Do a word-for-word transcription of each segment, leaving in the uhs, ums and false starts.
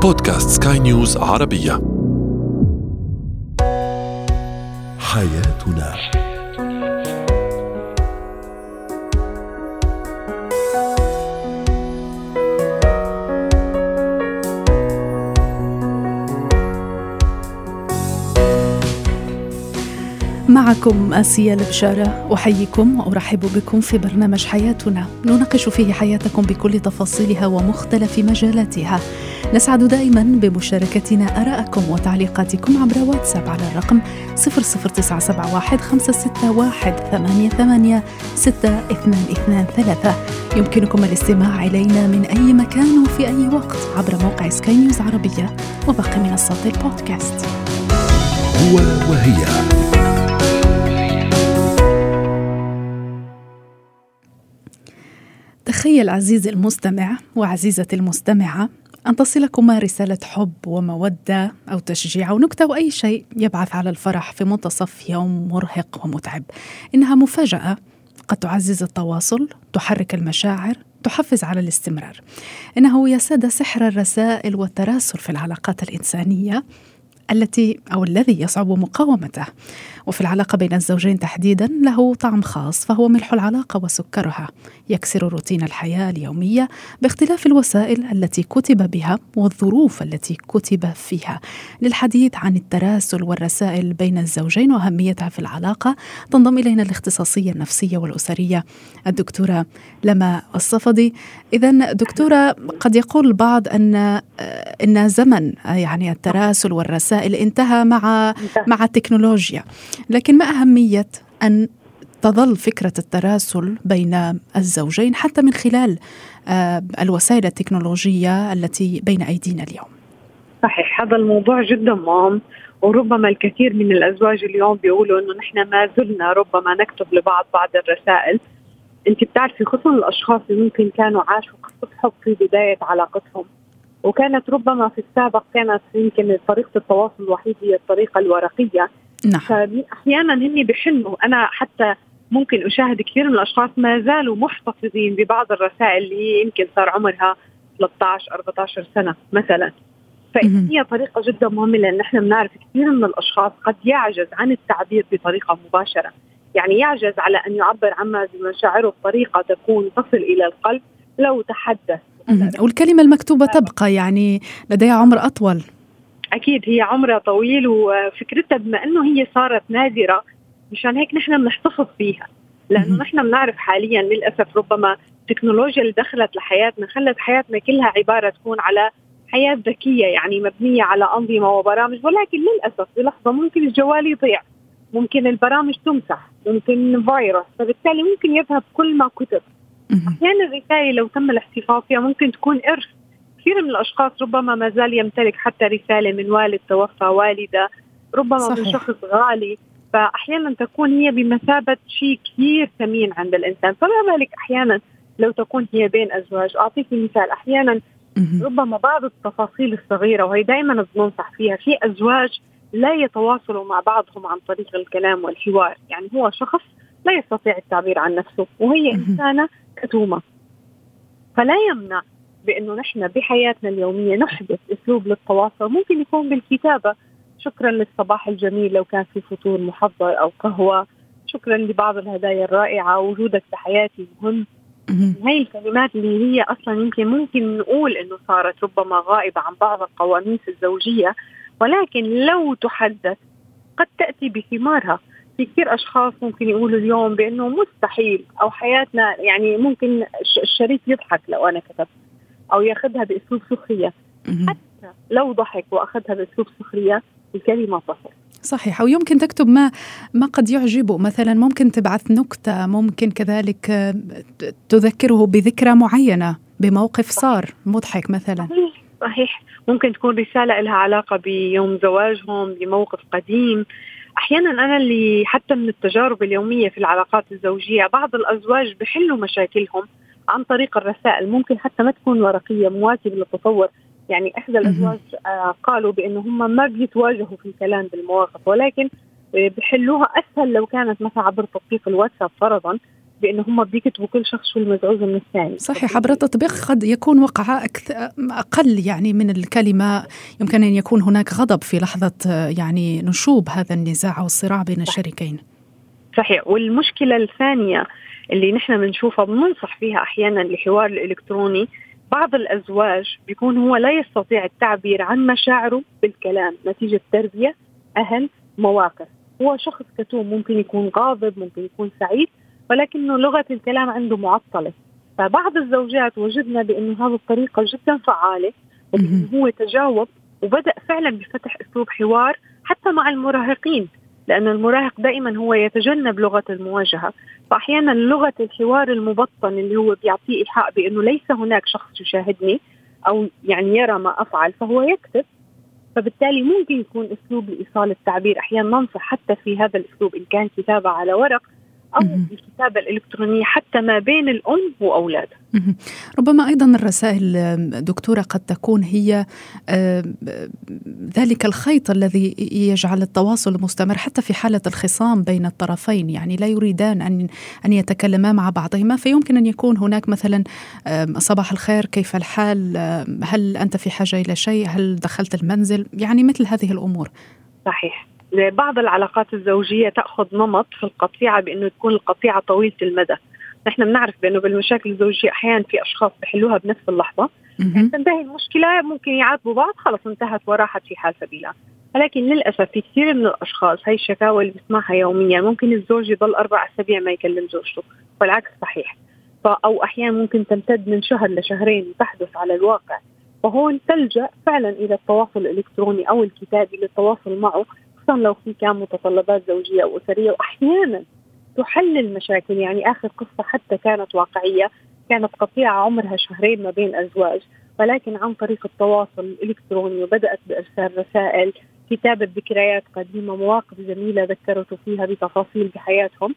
بودكاست سكاي نيوز عربية. حياتنا. معكم آسيا البشارة، أحييكم وأرحب بكم في برنامج حياتنا، نناقش فيه حياتكم بكل تفاصيلها ومختلف مجالاتها. نسعد دائما بمشاركتنا آراءكم وتعليقاتكم عبر واتساب على الرقم صفر صفر تسعة سبعة واحد خمسة ستة واحد ثمانية ثمانية ستة اثنان اثنان ثلاثة. يمكنكم الاستماع إلينا من أي مكان وفي أي وقت عبر موقع سكاي نيوز عربية وباقي منصات البودكاست. هو وهي. تخيل عزيزي المستمع وعزيزتي المستمعة أن تصلكما رسالة حب ومودة أو تشجيع أو نكتة أو أي شيء يبعث على الفرح في منتصف يوم مرهق ومتعب. إنها مفاجأة قد تعزز التواصل، تحرك المشاعر، تحفز على الاستمرار. إنه يساد سحر الرسائل والتراسل في العلاقات الإنسانية التي أو الذي يصعب مقاومته. وفي العلاقة بين الزوجين تحديدا له طعم خاص، فهو ملح العلاقة وسكرها، يكسر روتين الحياة اليومية باختلاف الوسائل التي كتب بها والظروف التي كتب فيها. للحديث عن التراسل والرسائل بين الزوجين وأهميتها في العلاقة تنضم إلينا الاختصاصية النفسية والأسرية الدكتورة لما الصفدي. إذن دكتورة، قد يقول البعض أن إن زمن يعني التراسل والرسائل انتهى مع مع التكنولوجيا، لكن ما أهمية أن تظل فكرة التراسل بين الزوجين حتى من خلال الوسائل التكنولوجية التي بين أيدينا اليوم؟ صحيح، هذا الموضوع جدا مهم، وربما الكثير من الأزواج اليوم بيقولوا أنه نحن ما زلنا ربما نكتب لبعض بعض الرسائل. أنت بتعرفي خصوصا الأشخاص اللي ممكن كانوا عاشوا قصة حب في بداية علاقتهم، وكانت ربما في السابق كانت يمكن طريقة التواصل الوحيد هي الطريقة الورقية. نعم. فأحيانا هني بحنوا، أنا حتى ممكن أشاهد كثير من الأشخاص ما زالوا محتفظين ببعض الرسائل اللي يمكن صار عمرها ثلاثة عشر أربعة عشر سنة مثلا. فهي طريقة جدا مهمة، لأن نحن بنعرف كثير من الأشخاص قد يعجز عن التعبير بطريقة مباشرة، يعني يعجز على أن يعبر عما بمشاعره بطريقة تكون تصل إلى القلب لو تحدث. والكلمة المكتوبة تبقى يعني لديها عمر أطول. أكيد هي عمرها طويل، وفكرتها بما أنه هي صارت نادرة مشان هيك نحن بنحتفظ فيها، لأنه نحن بنعرف حاليا للأسف ربما التكنولوجيا اللي دخلت لحياتنا خلت حياتنا كلها عبارة تكون على حياة ذكية، يعني مبنية على أنظمة وبرامج، ولكن للأسف بلحظة ممكن الجوال يضيع، ممكن البرامج تمسح، ممكن فيروس، فبالتالي ممكن يذهب كل ما كتب. أحيانا الرسائل لو تم الاحتفاظ فيها ممكن تكون إرث. كثير من الأشخاص ربما ما زال يمتلك حتى رسالة من والد توفى، والدة، ربما صحيح. من شخص غالي، فأحيانا تكون هي بمثابة شيء كثير ثمين عند الإنسان. فما بالك أحيانا لو تكون هي بين أزواج. أعطيك مثال، أحيانا ربما بعض التفاصيل الصغيرة، وهي دائما بننصح فيها، في أزواج لا يتواصلوا مع بعضهم عن طريق الكلام والحوار، يعني هو شخص لا يستطيع التعبير عن نفسه وهي إنسانة كتومة، فلا يمنع بأنه نحن بحياتنا اليومية نحدث أسلوب للتواصل. ممكن يكون بالكتابة، شكرا للصباح الجميل لو كان في فطور محضر أو قهوة، شكرا لبعض الهدايا الرائعة، وجودك بحياتي مهم. هاي الكلمات اللي هي أصلا يمكن ممكن نقول أنه صارت ربما غائبة عن بعض القوانين الزوجية، ولكن لو تحدث قد تأتي بثمارها. في كثير أشخاص ممكن يقولوا اليوم بأنه مستحيل، أو حياتنا يعني ممكن الشريك يضحك لو أنا كتبت، أو يأخذها بأسلوب سخرية. حتى لو ضحك وأخذها بأسلوب سخرية الكلمة تصل. صحيح. أو يمكن تكتب ما ما قد يعجبه، مثلا ممكن تبعث نكتة، ممكن كذلك تذكره بذكرى معينة بموقف صار مضحك مثلا. صحيح. صحيح، ممكن تكون رسالة لها علاقة بيوم زواجهم، بموقف قديم. أحيانا أنا اللي حتى من التجارب اليومية في العلاقات الزوجية، بعض الأزواج بحلوا مشاكلهم عن طريق الرسائل، ممكن حتى ما تكون ورقية، مواكب للتطور. يعني إحدى الأزواج آه قالوا بأنه هم ما بيتواجهوا في الكلام بالمواقف، ولكن بحلوها أسهل لو كانت مثلا عبر تطبيق الواتساب فرضا، بأنه هم بيكتبوا كل شخص شو المزعوج من الثاني. صحيح، عبر التطبيق قد يكون وقع أقل يعني من الكلمة، يمكن أن يكون هناك غضب في لحظة يعني نشوب هذا النزاع أو الصراع بين الشريكين. صحيح. والمشكلة الثانية اللي نحن بنشوفها بننصح فيها أحيانا الحوار الإلكتروني، بعض الأزواج بيكون هو لا يستطيع التعبير عن مشاعره بالكلام نتيجة تربية أهل مواقف. هو شخص كتوم، ممكن يكون غاضب، ممكن يكون سعيد، ولكنه لغة الكلام عنده معطلة. فبعض الزوجات وجدنا بأنه هذه الطريقة جدا فعالة، وبأنه هو تجاوب وبدأ فعلا بفتح أسلوب حوار حتى مع المراهقين، لأن المراهق دائما هو يتجنب لغة المواجهة. فأحيانا لغة الحوار المبطن اللي هو بيعطيه إيحاء بأنه ليس هناك شخص يشاهدني أو يعني يرى ما أفعل، فهو يكتب. فبالتالي ممكن يكون أسلوب لإيصال التعبير. أحيانا ننصح حتى في هذا الأسلوب إن كان كتابة على ورق أو الكتابة الإلكترونية حتى ما بين الأم وأولادها. ربما أيضا الرسائل دكتورة قد تكون هي ذلك الخيط الذي يجعل التواصل مستمر حتى في حالة الخصام بين الطرفين، يعني لا يريدان أن أن يتكلما مع بعضهما، فيمكن أن يكون هناك مثلا صباح الخير، كيف الحال، هل أنت في حاجة إلى شيء، هل دخلت المنزل، يعني مثل هذه الأمور. صحيح. بعض العلاقات الزوجية تأخذ نمط في القطيعة بأنه تكون القطيعة طويلة المدى. نحن بنعرف بأنه بالمشاكل الزوجية أحيانا في أشخاص بحلوها بنفس اللحظة، يعني تنتهي المشكلة، ممكن يعاتبوا بعض، خلص انتهت وراحت في حال سبيلها. ولكن للأسف في كثير من الأشخاص هاي الشكاوى اللي بسمعها يوميا، ممكن الزوج يضل أربع أسابيع ما يكلم زوجته، والعكس صحيح. أو أحيانا ممكن تمتد من شهر لشهرين وتحدث على الواقع. فهون تلجأ فعلا إلى التواصل الإلكتروني أو الكتابي للتواصل معه، خصوصا لو في كان متطلبات زوجية أو أسرية، وأحيانا تحل المشاكل. يعني آخر قصة حتى كانت واقعية، كانت قطيعة عمرها شهرين ما بين أزواج، ولكن عن طريق التواصل الإلكتروني، وبدأت بإرسال رسائل، كتابة ذكريات قديمة، مواقف جميلة ذكرته فيها بتفاصيل بحياتهم.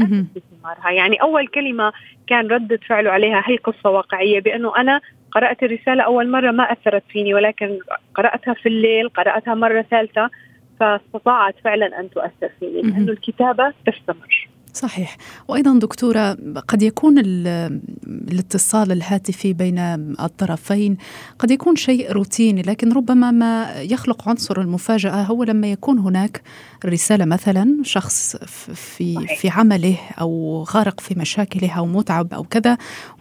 يعني أول كلمة كان ردة فعله عليها هي قصة واقعية، بأنه أنا قرأت الرسالة أول مرة ما أثرت فيني، ولكن قرأتها في الليل، قرأتها مرة ثالثة، فاستطاعت فعلا أن تؤثر فيني، لأنه الكتابة تستمر. صحيح. وأيضا دكتورة قد يكون الاتصال الهاتفي بين الطرفين قد يكون شيء روتيني، لكن ربما ما يخلق عنصر المفاجأة هو لما يكون هناك رسالة، مثلا شخص في صحيح. في عمله أو غارق في مشاكله أو متعب أو كذا،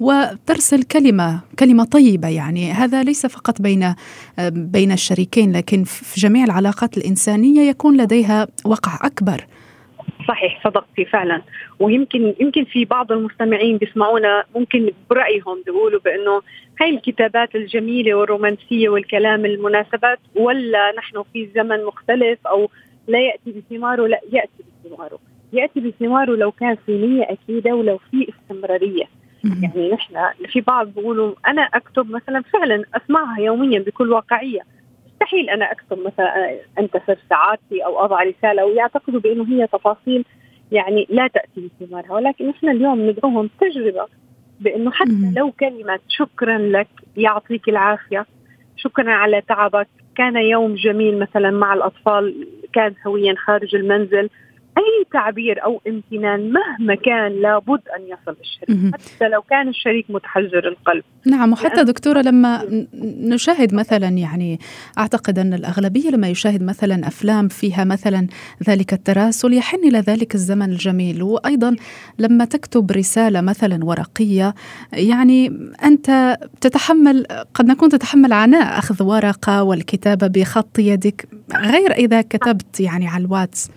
وترسل كلمة كلمة طيبة. يعني هذا ليس فقط بين بين الشريكين، لكن في جميع العلاقات الإنسانية يكون لديها وقع أكبر. صحيح، صدقتي فعلا. ويمكن يمكن في بعض المستمعين بيسمعونا ممكن برأيهم بيقولوا بأنه هاي الكتابات الجميلة والرومانسية والكلام المناسبات، ولا نحن في زمن مختلف، أو لا يأتي بثماره. لا، يأتي بثماره، يأتي بثماره لو كان في نية أكيدة ولو في استمرارية. يعني نحن في بعض بيقولوا أنا أكتب مثلا، فعلا أسمعها يوميا بكل واقعية، مستحيل أنا أكتب مثلا أنتصر سعادتي أو أضع رسالة، ويعتقدوا بأنه هي تفاصيل يعني لا تأتي بثمارها. ولكن نحن اليوم ندعوهم تجربة، بأنه حتى لو كلمة شكرا لك، يعطيك العافية، شكرا على تعبك، كان يوم جميل مثلا مع الأطفال، كان سويا خارج المنزل، أي تعبير أو امتنان مهما كان لابد أن يصل الشريك، حتى لو كان الشريك متحجر القلب. نعم. وحتى دكتورة لما نشاهد مثلا، يعني أعتقد أن الأغلبية لما يشاهد مثلا أفلام فيها مثلا ذلك التراسل يحن إلى ذلك الزمن الجميل. وأيضا لما تكتب رسالة مثلا ورقية، يعني أنت تتحمل، قد نكون تتحمل عناء أخذ ورقة والكتابة بخط يدك، غير إذا كتبت يعني على الواتس.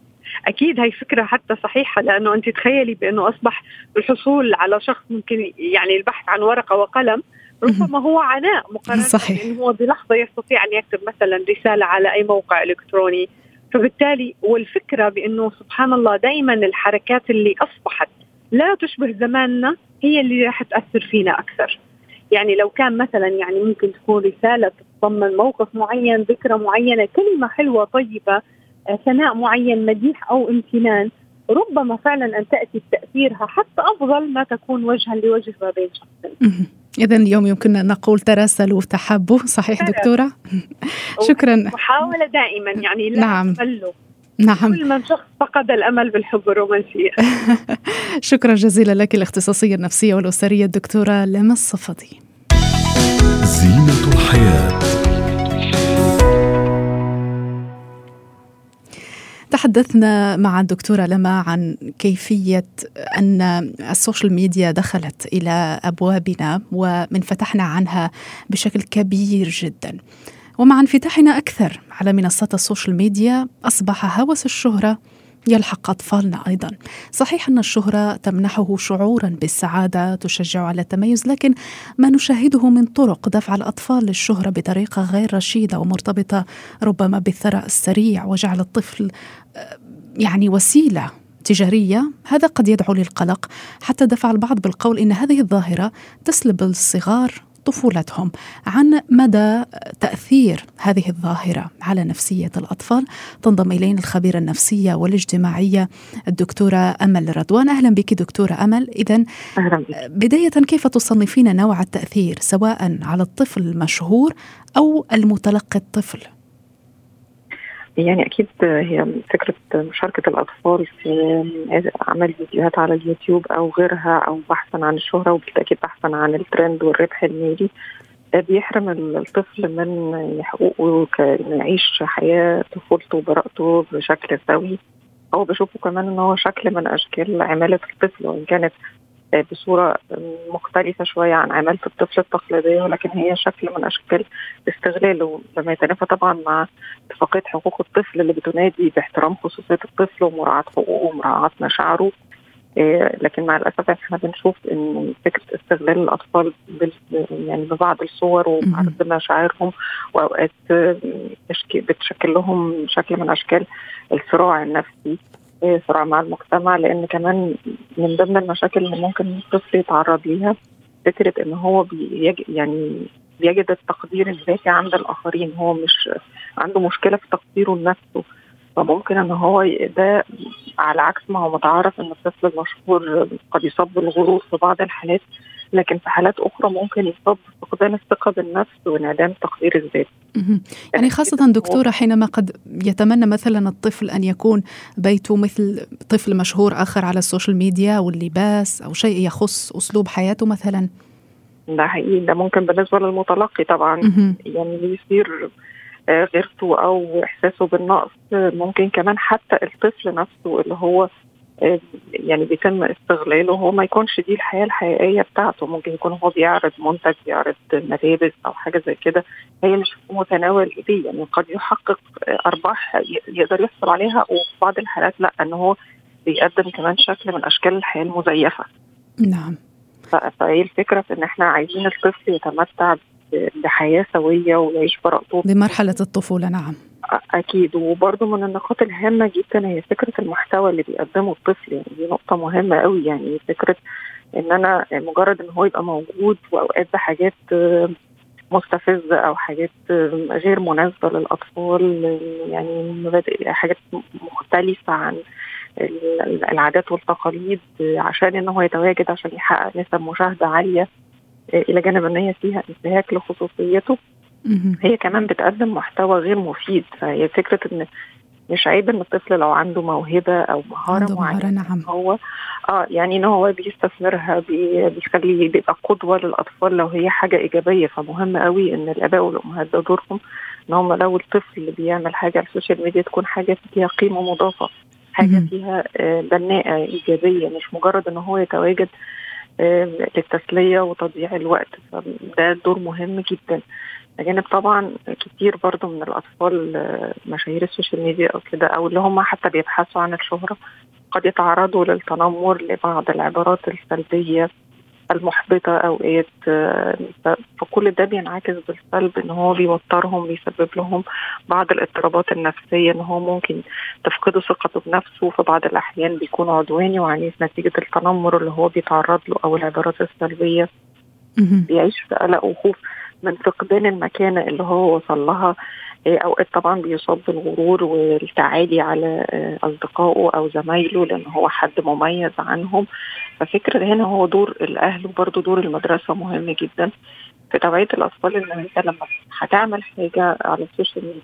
أكيد هاي فكرة حتى صحيحة، لأنه أنت تخيلي بأنه أصبح الحصول على شخص ممكن يعني البحث عن ورقة وقلم ربما هو عناء مقارنة بأنه هو بلحظة يستطيع أن يكتب مثلا رسالة على أي موقع إلكتروني. فبالتالي والفكرة بأنه سبحان الله دائما الحركات اللي أصبحت لا تشبه زماننا هي اللي راح تأثر فينا أكثر. يعني لو كان مثلا يعني ممكن تكون رسالة تتضمن موقف معين، ذكرى معينة، كلمة حلوة طيبة، ثناء معين، مديح أو امتنان، ربما فعلا أن تأتي بتأثيرها حتى أفضل ما تكون وجها لوجه ما بين شخصين. إذن اليوم يمكننا نقول تراسلوا وتحبوا. صحيح دكتورة. شكرا. محاولة دائما، يعني لا نعم. تملوا. نعم. كل من شخص فقد الأمل بالحب الرومانسية. شكرا جزيلا لك الاختصاصية النفسية والأسرية الدكتورة لما الصفدي. زينة الحياة. تحدثنا مع الدكتورة لما عن كيفية أن السوشيال ميديا دخلت إلى أبوابنا ومن فتحنا عنها بشكل كبير جدا، ومع انفتاحنا أكثر على منصات السوشيال ميديا أصبح هوس الشهرة يلحق أطفالنا أيضا. صحيح أن الشهرة تمنحه شعورا بالسعادة، تشجع على التميز، لكن ما نشاهده من طرق دفع الأطفال للشهرة بطريقة غير رشيدة ومرتبطة ربما بالثراء السريع وجعل الطفل يعني وسيلة تجارية، هذا قد يدعو للقلق، حتى دفع البعض بالقول إن هذه الظاهرة تسلب الصغار طفولتهم. عن مدى تأثير هذه الظاهرة على نفسية الأطفال تنضم إلينا الخبيرة النفسية والاجتماعية الدكتورة أمل رضوان. أهلا بك دكتورة أمل. إذن بداية، كيف تصنفين نوع التأثير سواء على الطفل المشهور أو المتلقي الطفل؟ يعني أكيد هي فكرة مشاركة الأطفال في عمل فيديوهات على اليوتيوب أو غيرها أو بحثا عن الشهرة، وبالتأكيد بحثا عن الترند والربح المالي، بيحرم الطفل من حقوقه كأنه يعيش حياة طفولته وبراءته بشكل سوي. أو بشوفه كمان أنه هو شكل من أشكال عمالة الطفل، وإن كانت بصورة مختلفة شوية عن عمالة الطفل التقليدية، ولكن هي شكل من أشكال استغلاله لما يتنافى طبعا مع اتفاقية حقوق الطفل اللي بتنادي باحترام خصوصية الطفل ومراعاة حقوقه ومراعاة مشاعره. لكن مع الأسف احنا بنشوف إن فكرة استغلال الأطفال يعني ببعض الصور وعرض مشاعرهم، وأوقات بتشكل لهم شكل من أشكال الصراع النفسي، صراع مع المجتمع. لأن كمان من ضمن المشاكل اللي ممكن الطفل يتعرض ليها فكرة إن هو بيج يعني بيجد التقدير الذاتي عند الآخرين، هو مش عنده مشكلة في تقديره لنفسه. فممكن إن هو ده على عكس ما هو متعارف إن الطفل المشهور قد يصاب بالغرور في بعض الحالات، لكن في حالات أخرى ممكن يصاب بفقدان الثقة بالنفس وانعدام تقدير الذات. يعني خاصة دكتورة حينما قد يتمنى مثلا الطفل أن يكون بيته مثل طفل مشهور آخر على السوشيال ميديا واللباس أو شيء يخص أسلوب حياته مثلا. ده حقيقي، ده ممكن بالنسبة للمتلقي طبعا يعني يصير غيرته أو إحساسه بالنقص. ممكن كمان حتى الطفل نفسه اللي هو يعني بيتم استغلاله هو ما يكونش دي الحياة الحقيقية بتاعته. ممكن يكون هو بيعرض منتج، بيعرض ملابس أو حاجة زي كده هي مش متناول إيديه، يعني قد يحقق أرباح يقدر يحصل عليها، وفي بعض الحالات لا، أنه هو بيقدم كمان شكل من أشكال الحياة المزيفة. نعم. فهي الفكرة في إن إحنا عايزين الطفل يتمتع بحياة سوية ويعيش براءته بمرحلة الطفولة. نعم أكيد. وبرضه من النقاط الهامة جدا هي فكرة المحتوى اللي بيقدمه الطفل، يعني دي نقطة مهمة قوي. يعني فكرة إن أنا مجرد إن هو يبقى موجود وأوقات بحاجات مستفزة أو حاجات غير مناسبة للأطفال، يعني مبادئ حاجات مختلفة عن العادات والتقاليد، عشان إن هو يتواجد عشان يحقق نسب مشاهدة عالية، إلى جانب أن هي فيها انتهاك لخصوصيته، هي كمان بتقدم محتوى غير مفيد. فهي فكرة إن مش عيب إن الطفل لو عنده موهبة أو مهارة معينة نعم. هو آه يعني إن هو بيستثمرها، بي بيخلي بيبقى قدوة للأطفال لو هي حاجة إيجابية. فمهم قوي إن الآباء والأمهات ده دورهم، إن هم لو الطفل بيعمل حاجة على السوشيال ميديا تكون حاجة فيها قيمة مضافة، حاجة فيها بناءة إيجابية، مش مجرد إن هو يتواجد للتسلية وتضييع الوقت. فده دور مهم جدا. بجانب طبعا كتير برضو من الأطفال مشاهير السوشيال ميديا أو كده، أو اللي هم حتى بيبحثوا عن الشهرة، قد يتعرضوا للتنمر لبعض العبارات السلبية المحبطة أوقات. فكل ده بينعكس بالسلب، إن هو بيوترهم، بيسبب لهم بعض الاضطرابات النفسية، إن هو ممكن تفقدوا ثقته بنفسه، في بعض الأحيان بيكون عدواني وعنيف نتيجة التنمر اللي هو بيتعرض له أو العبارات السلبية. بيعيش في قلق وخوف من فقدان المكانة اللي هو وصل لها. أوقات طبعا بيصاب بالغرور والتعالي على أصدقائه أو زمايله لأن هو حد مميز عنهم. ففكرة هنا هو دور الأهل وبرضه دور المدرسة مهم جدا في توعية الأطفال، إن أنت لما هتعمل حاجة على السوشيال ميديا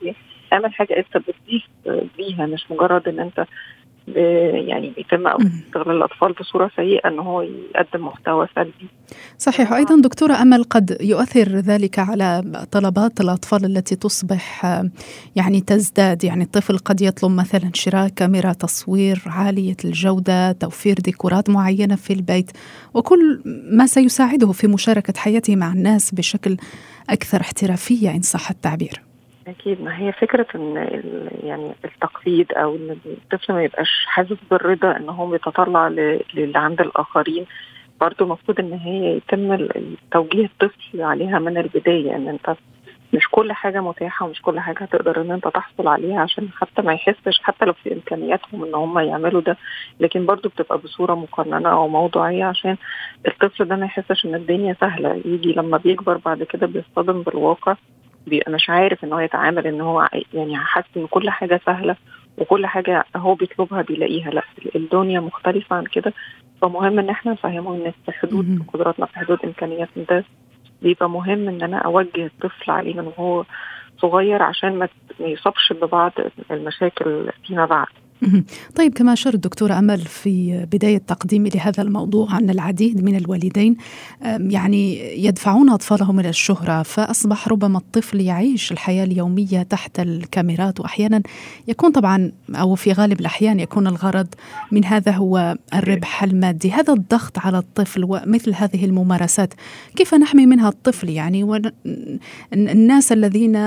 اعمل حاجه انت بتضيف بيها، مش مجرد ان انت يعني بيتم استغلال الأطفال بصورة سيئة أنه هو يقدم محتوى سلبي. صحيح. أيضا دكتورة أمل، قد يؤثر ذلك على طلبات الأطفال التي تصبح يعني تزداد. يعني الطفل قد يطلب مثلا شراء كاميرا تصوير عالية الجودة، توفير ديكورات معينة في البيت، وكل ما سيساعده في مشاركة حياته مع الناس بشكل أكثر احترافية إن صح التعبير. أكيد، ما هي فكرة إن يعني التقليد أو إن الطفل ما يبقاش حاسس بالرضا إن هو بيتطلع للي عند الآخرين. برضو المفروض إن هي يتم توجيه الطفل عليها من البداية، إن أنت مش كل حاجة متاحة ومش كل حاجة هتقدر إن أنت تحصل عليها، عشان حتى ما يحسش حتى لو في إمكانياتهم إن هم يعملوا ده، لكن برضو بتبقى بصورة مقننة أو موضوعية عشان الطفل ده ما يحسش إن الدنيا سهلة. يجي لما بيكبر بعد كده بيصطدم بالواقع، بيبقى مش عارف ان هو يتعامل، ان هو يعني حاسس ان كل حاجة سهلة وكل حاجة هو بيطلبها بيلاقيها. لا، الدنيا مختلفة عن كده. فمهم ان احنا نفهمه ان في حدود قدراتنا، في حدود امكانياتنا. ده بيبقى مهم ان انا اوجه الطفل عليه من وهو صغير عشان ما يصابش ببعض المشاكل فيما بعد. طيب، كما أشارت دكتورة أمل في بداية تقديمي لهذا الموضوع أن العديد من الوالدين يعني يدفعون أطفالهم إلى الشهرة، فأصبح ربما الطفل يعيش الحياة اليومية تحت الكاميرات، وأحيانا يكون طبعا أو في غالب الأحيان يكون الغرض من هذا هو الربح المادي. هذا الضغط على الطفل ومثل هذه الممارسات كيف نحمي منها الطفل؟ يعني والناس الذين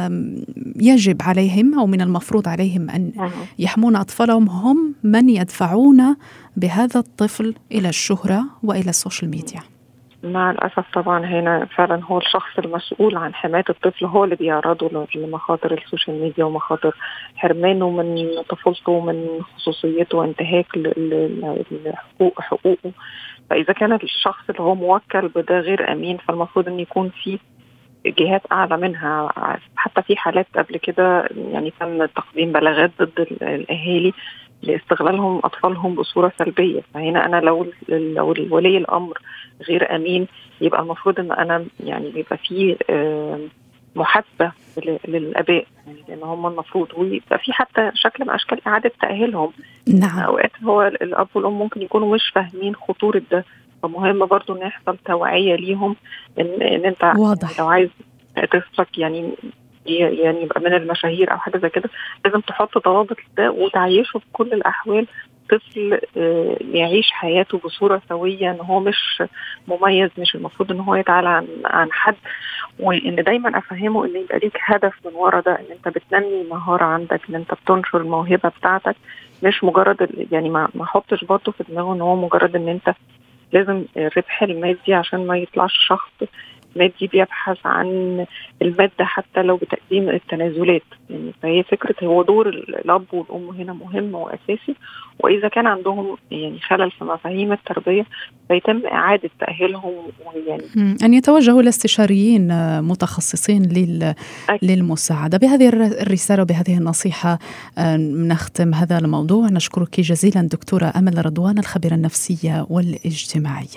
يجب عليهم أو من المفروض عليهم أن يحمون أطفالهم هم من يدفعون بهذا الطفل إلى الشهرة وإلى السوشيال ميديا. مع الأسف طبعا هنا فعلا هو الشخص المسؤول عن حماية الطفل هو اللي بيعرضه لمخاطر السوشيال ميديا ومخاطر حرمانه من طفولته ومن خصوصيته وانتهاك لحقوق حقوقه. فإذا كان الشخص اللي هو موكل بده غير أمين، فالمفروض أن يكون فيه جهات أعلى منها. حتى في حالات قبل كده يعني تم تقديم بلاغات ضد الأهالي لاستغلالهم أطفالهم بصورة سلبية. فهنا أنا لو لو ولي الأمر غير أمين، يبقى المفروض أن أنا يعني يبقى فيه محاسبة للآباء، يعني لأن هم المفروض، ويبقى في حتى شكل من أشكال إعادة تأهيلهم. نعم. أوقات هو الأب والأم ممكن يكونوا مش فاهمين خطورة ده، فمهم برضو أن يحصل توعية ليهم إن, إن أنت واضح. لو عايز طفلك يعني يعني يبقى من المشاهير أو حاجة زي كده، لازم تحط ضوابط ده وتعيشه في كل الأحوال. طفل يعيش حياته بصورة سوية، إن هو مش مميز، مش المفروض إن هو يتعالى عن عن حد، وإن دايما أفهمه إن يبقى ليك هدف من ورا ده، إن أنت بتنمي مهارة عندك، إن أنت بتنشر الموهبة بتاعتك، مش مجرد يعني ما ما حطش برضه في دماغه إن هو مجرد إن أنت لازم الربح المادي عشان ما يطلعش شخص مادي بيبحث عن المادة حتى لو بتقديم التنازلات. يعني فهي فكرة هو دور الأب والأم هنا مهم وأساسي، وإذا كان عندهم يعني خلل في مفاهيم التربية فيتم إعادة تأهيلهم، ويعني أن يتوجهوا لاستشاريين متخصصين لل... للمساعدة. بهذه الرسالة وبهذه النصيحة نختم هذا الموضوع. نشكرك جزيلا دكتورة أمل رضوان، الخبيرة النفسية والاجتماعية.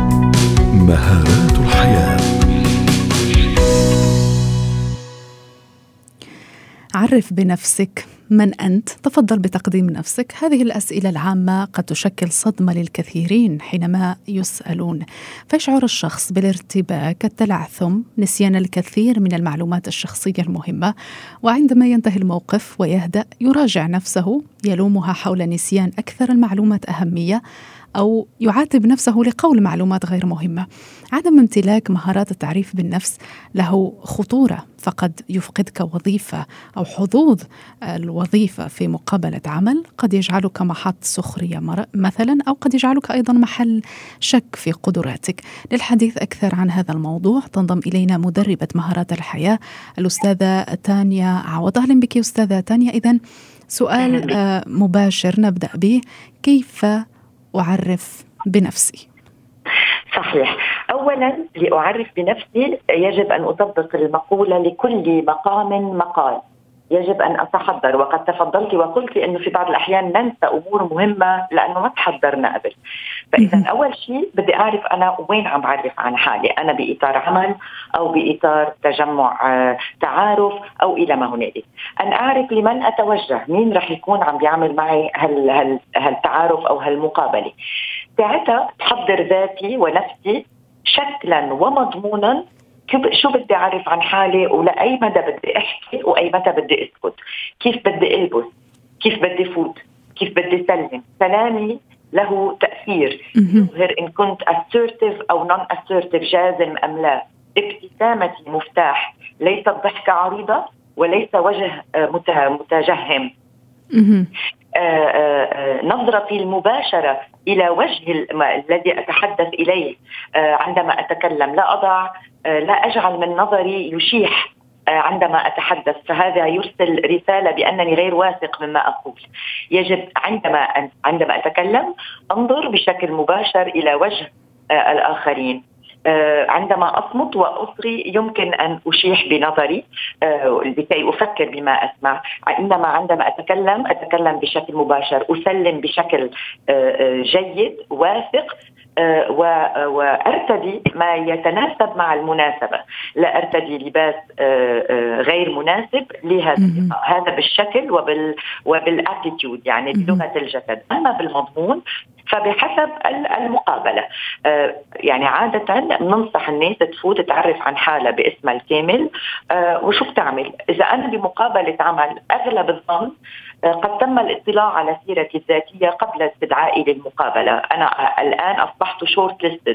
مهارات الحياة. عرف بنفسك من أنت، تفضل بتقديم نفسك. هذه الأسئلة العامة قد تشكل صدمة للكثيرين حينما يسألون، فيشعر الشخص بالارتباك، التلعثم، نسيان الكثير من المعلومات الشخصية المهمة، وعندما ينتهي الموقف ويهدأ يراجع نفسه، يلومها حول نسيان أكثر المعلومات أهمية، أو يعاتب نفسه لقول معلومات غير مهمة. عدم امتلاك مهارات التعريف بالنفس له خطورة، فقد يفقدك وظيفة أو حظوظ الوظيفة في مقابلة عمل، قد يجعلك محط سخرية مثلا، أو قد يجعلك أيضا محل شك في قدراتك. للحديث أكثر عن هذا الموضوع تنضم إلينا مدربة مهارات الحياة الأستاذة تانيا عوض. أهلا بك أستاذة تانيا. إذن سؤال مباشر نبدأ به، كيف أعرف بنفسي؟ صحيح. أولا لأعرف بنفسي يجب أن أطبق المقولة لكل مقام مقال. يجب أن أتحضر. وقد تفضلت وقلت أنه في بعض الأحيان ننسى أمور مهمة لأنه ما تحضرنا قبل. فإذا أول شيء بدي أعرف أنا وين عم بعرف عن حالي، أنا بإطار عمل أو بإطار تجمع تعارف أو إلى ما هنالك. أن أعرف لمن أتوجه، مين رح يكون عم بيعمل معي هال هال هالتعارف أو هالمقابلة. ساعتها تحضر ذاتي ونفسي شكلا ومضمونا شو بدي أعرف عن حالي ولأي مدى بدي أحكي وأي متى بدي أسكت، كيف بدي ألبس، كيف بدي فوت، كيف بدي سلم. سلامي له تأثير يظهر إن كنت assertive أو non assertive، جازم أم لا. ابتسامتي مفتاح، ليس الضحكة عريضة وليس وجه متجهم. نظرتي المباشرة إلى وجه الذي أتحدث إليه عندما أتكلم، لا أضع لا أجعل من نظري يشيح عندما أتحدث، فهذا يرسل رسالة بأنني غير واثق مما أقول. يجب عندما عندما أتكلم أنظر بشكل مباشر إلى وجه الآخرين. عندما أصمت وأصغي يمكن أن أشيح بنظري لكي أفكر بما أسمع. إنما عندما أتكلم أتكلم بشكل مباشر، أسلم بشكل جيد واثق، وأرتدي ما يتناسب مع المناسبة، لا أرتدي لباس غير مناسب لهذا اللقاء. هذا بالشكل وبال وبالاتيتيود، يعني بلغة الجسد. أما بالمضمون فبحسب المقابلة. يعني عادة ننصح الناس تفوت تعرف عن حالها باسمها الكامل وشو بتعمل. إذا أنا بمقابلة عمل أغلب الظن قد تم الاطلاع على سيرتي الذاتية قبل استدعائي للمقابلة، أنا الآن أصبحت شورت ليستد،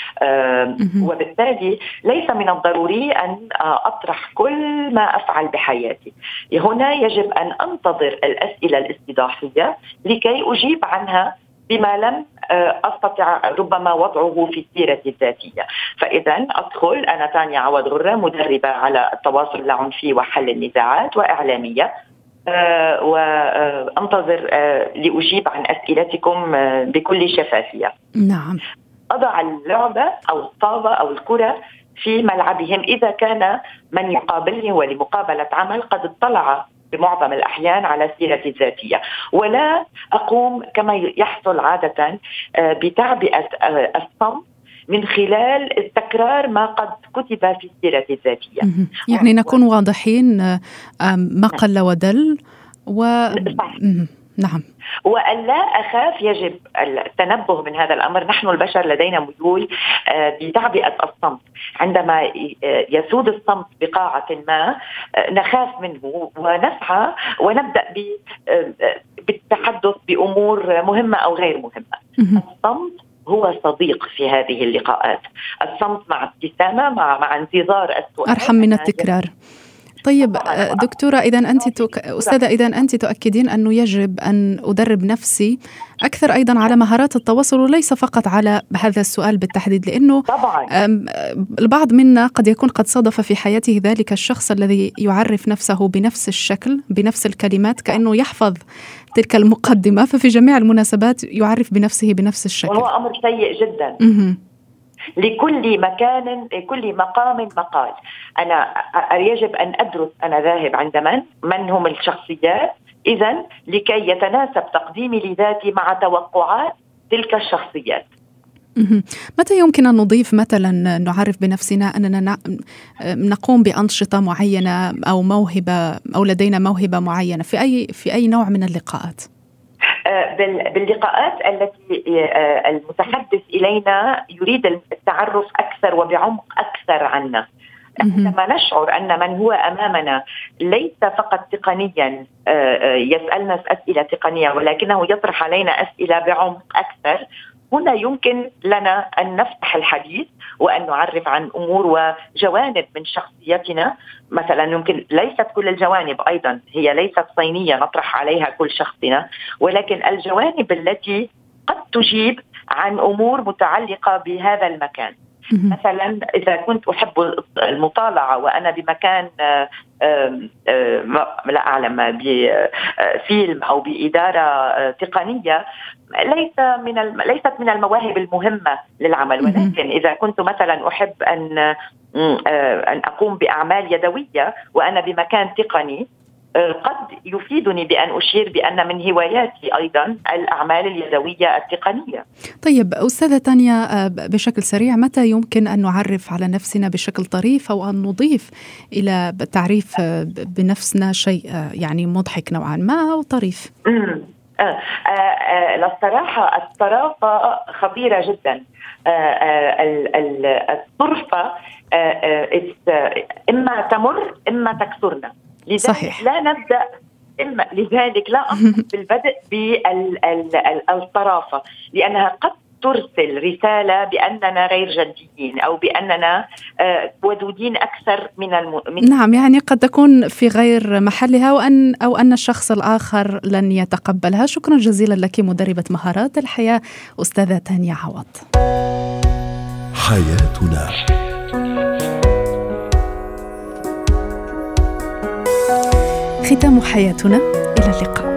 وبالتالي ليس من الضروري أن أطرح كل ما أفعل بحياتي. هنا يجب أن أنتظر الأسئلة الاستضافية لكي أجيب عنها بما لم أستطع ربما وضعه في سيرتي الذاتية. فإذا أدخل أنا تانيا عوض غرة، مدربة على التواصل العنفي وحل النزاعات وإعلامية، أه وأنتظر أه لأجيب عن أسئلتكم أه بكل شفافية. نعم. أضع اللعبة أو الطاوة أو الكرة في ملعبهم إذا كان من يقابلني ولمقابلة عمل قد اطلع بمعظم الأحيان على سيرتي الذاتية، ولا أقوم كما يحصل عادة أه بتعبئة أه الصمت من خلال التكرار ما قد كتب في السيرة الذاتية. يعني نكون واضحين، ما قل ودل و... نعم. وأن لا أخاف، يجب التنبه من هذا الأمر. نحن البشر لدينا ميول بتعبئة الصمت. عندما يسود الصمت بقاعة ما نخاف منه ونسعى ونبدأ بالتحدث بأمور مهمة أو غير مهمة. الصمت هو صديق في هذه اللقاءات. الصمت مع ابتسامة، مع مع انتظار السؤال أرحم من التكرار. طيب دكتورة، إذا أنت تك... أستاذة إذا أنت تؤكدين أنه يجب أن أدرب نفسي أكثر أيضا على مهارات التواصل وليس فقط على هذا السؤال بالتحديد، لأنه طبعا البعض منا قد يكون قد صادف في حياته ذلك الشخص الذي يعرف نفسه بنفس الشكل بنفس الكلمات كأنه يحفظ تلك المقدمة، ففي جميع المناسبات يعرف بنفسه بنفس الشكل، وهو أمر سيء جدا. م- لكل مكان لكل مقام مقال. أنا يجب أن أدرس أنا ذاهب عند من من هم الشخصيات، إذن لكي يتناسب تقديمي لذاتي مع توقعات تلك الشخصيات. متى يمكن أن نضيف مثلا نعرف بنفسنا أننا نقوم بأنشطة معينة أو موهبة أو لدينا موهبة معينة في أي في أي نوع من اللقاءات؟ باللقاءات التي المتحدث إلينا يريد التعرف أكثر وبعمق أكثر عنا. عندما نشعر أن من هو أمامنا ليس فقط تقنيا يسألنا أسئلة تقنية ولكنه يطرح علينا أسئلة بعمق أكثر، هنا يمكن لنا أن نفتح الحديث وأن نعرف عن أمور وجوانب من شخصيتنا. مثلا يمكن ليست كل الجوانب، أيضا هي ليست صينية نطرح عليها كل شخصنا، ولكن الجوانب التي قد تجيب عن أمور متعلقة بهذا المكان. مثلا إذا كنت أحب المطالعة وأنا بمكان لا أعلم بفيلم أو بإدارة تقنية، ليس من الم... ليست من المواهب المهمة للعمل، ولكن إذا كنت مثلا أحب أن أن أقوم بأعمال يدوية وأنا بمكان تقني، قد يفيدني بأن أشير بأن من هواياتي أيضا الأعمال اليدوية التقنية. طيب أستاذة تانيا، بشكل سريع، متى يمكن أن نعرف على نفسنا بشكل طريف أو أن نضيف إلى تعريف بنفسنا شيء يعني مضحك نوعا ما أو طريف؟ آه آه آه للصراحة الطرافة خطيرة جدا. آه آه الطرفة آه آه إما تمر إما تكسرنا، لذلك صحيح. لا نبدأ إما لذلك لا أنصح بالبدء بالطرافة، لأنها قد ترسل رسالة بأننا غير جديين أو بأننا ودودين أكثر من الم... نعم، يعني قد تكون في غير محلها وأن أو أن الشخص الآخر لن يتقبلها. شكرا جزيلا لك مدربة مهارات الحياة أستاذة تانيا عوض. حياتنا. ختام حياتنا، إلى اللقاء.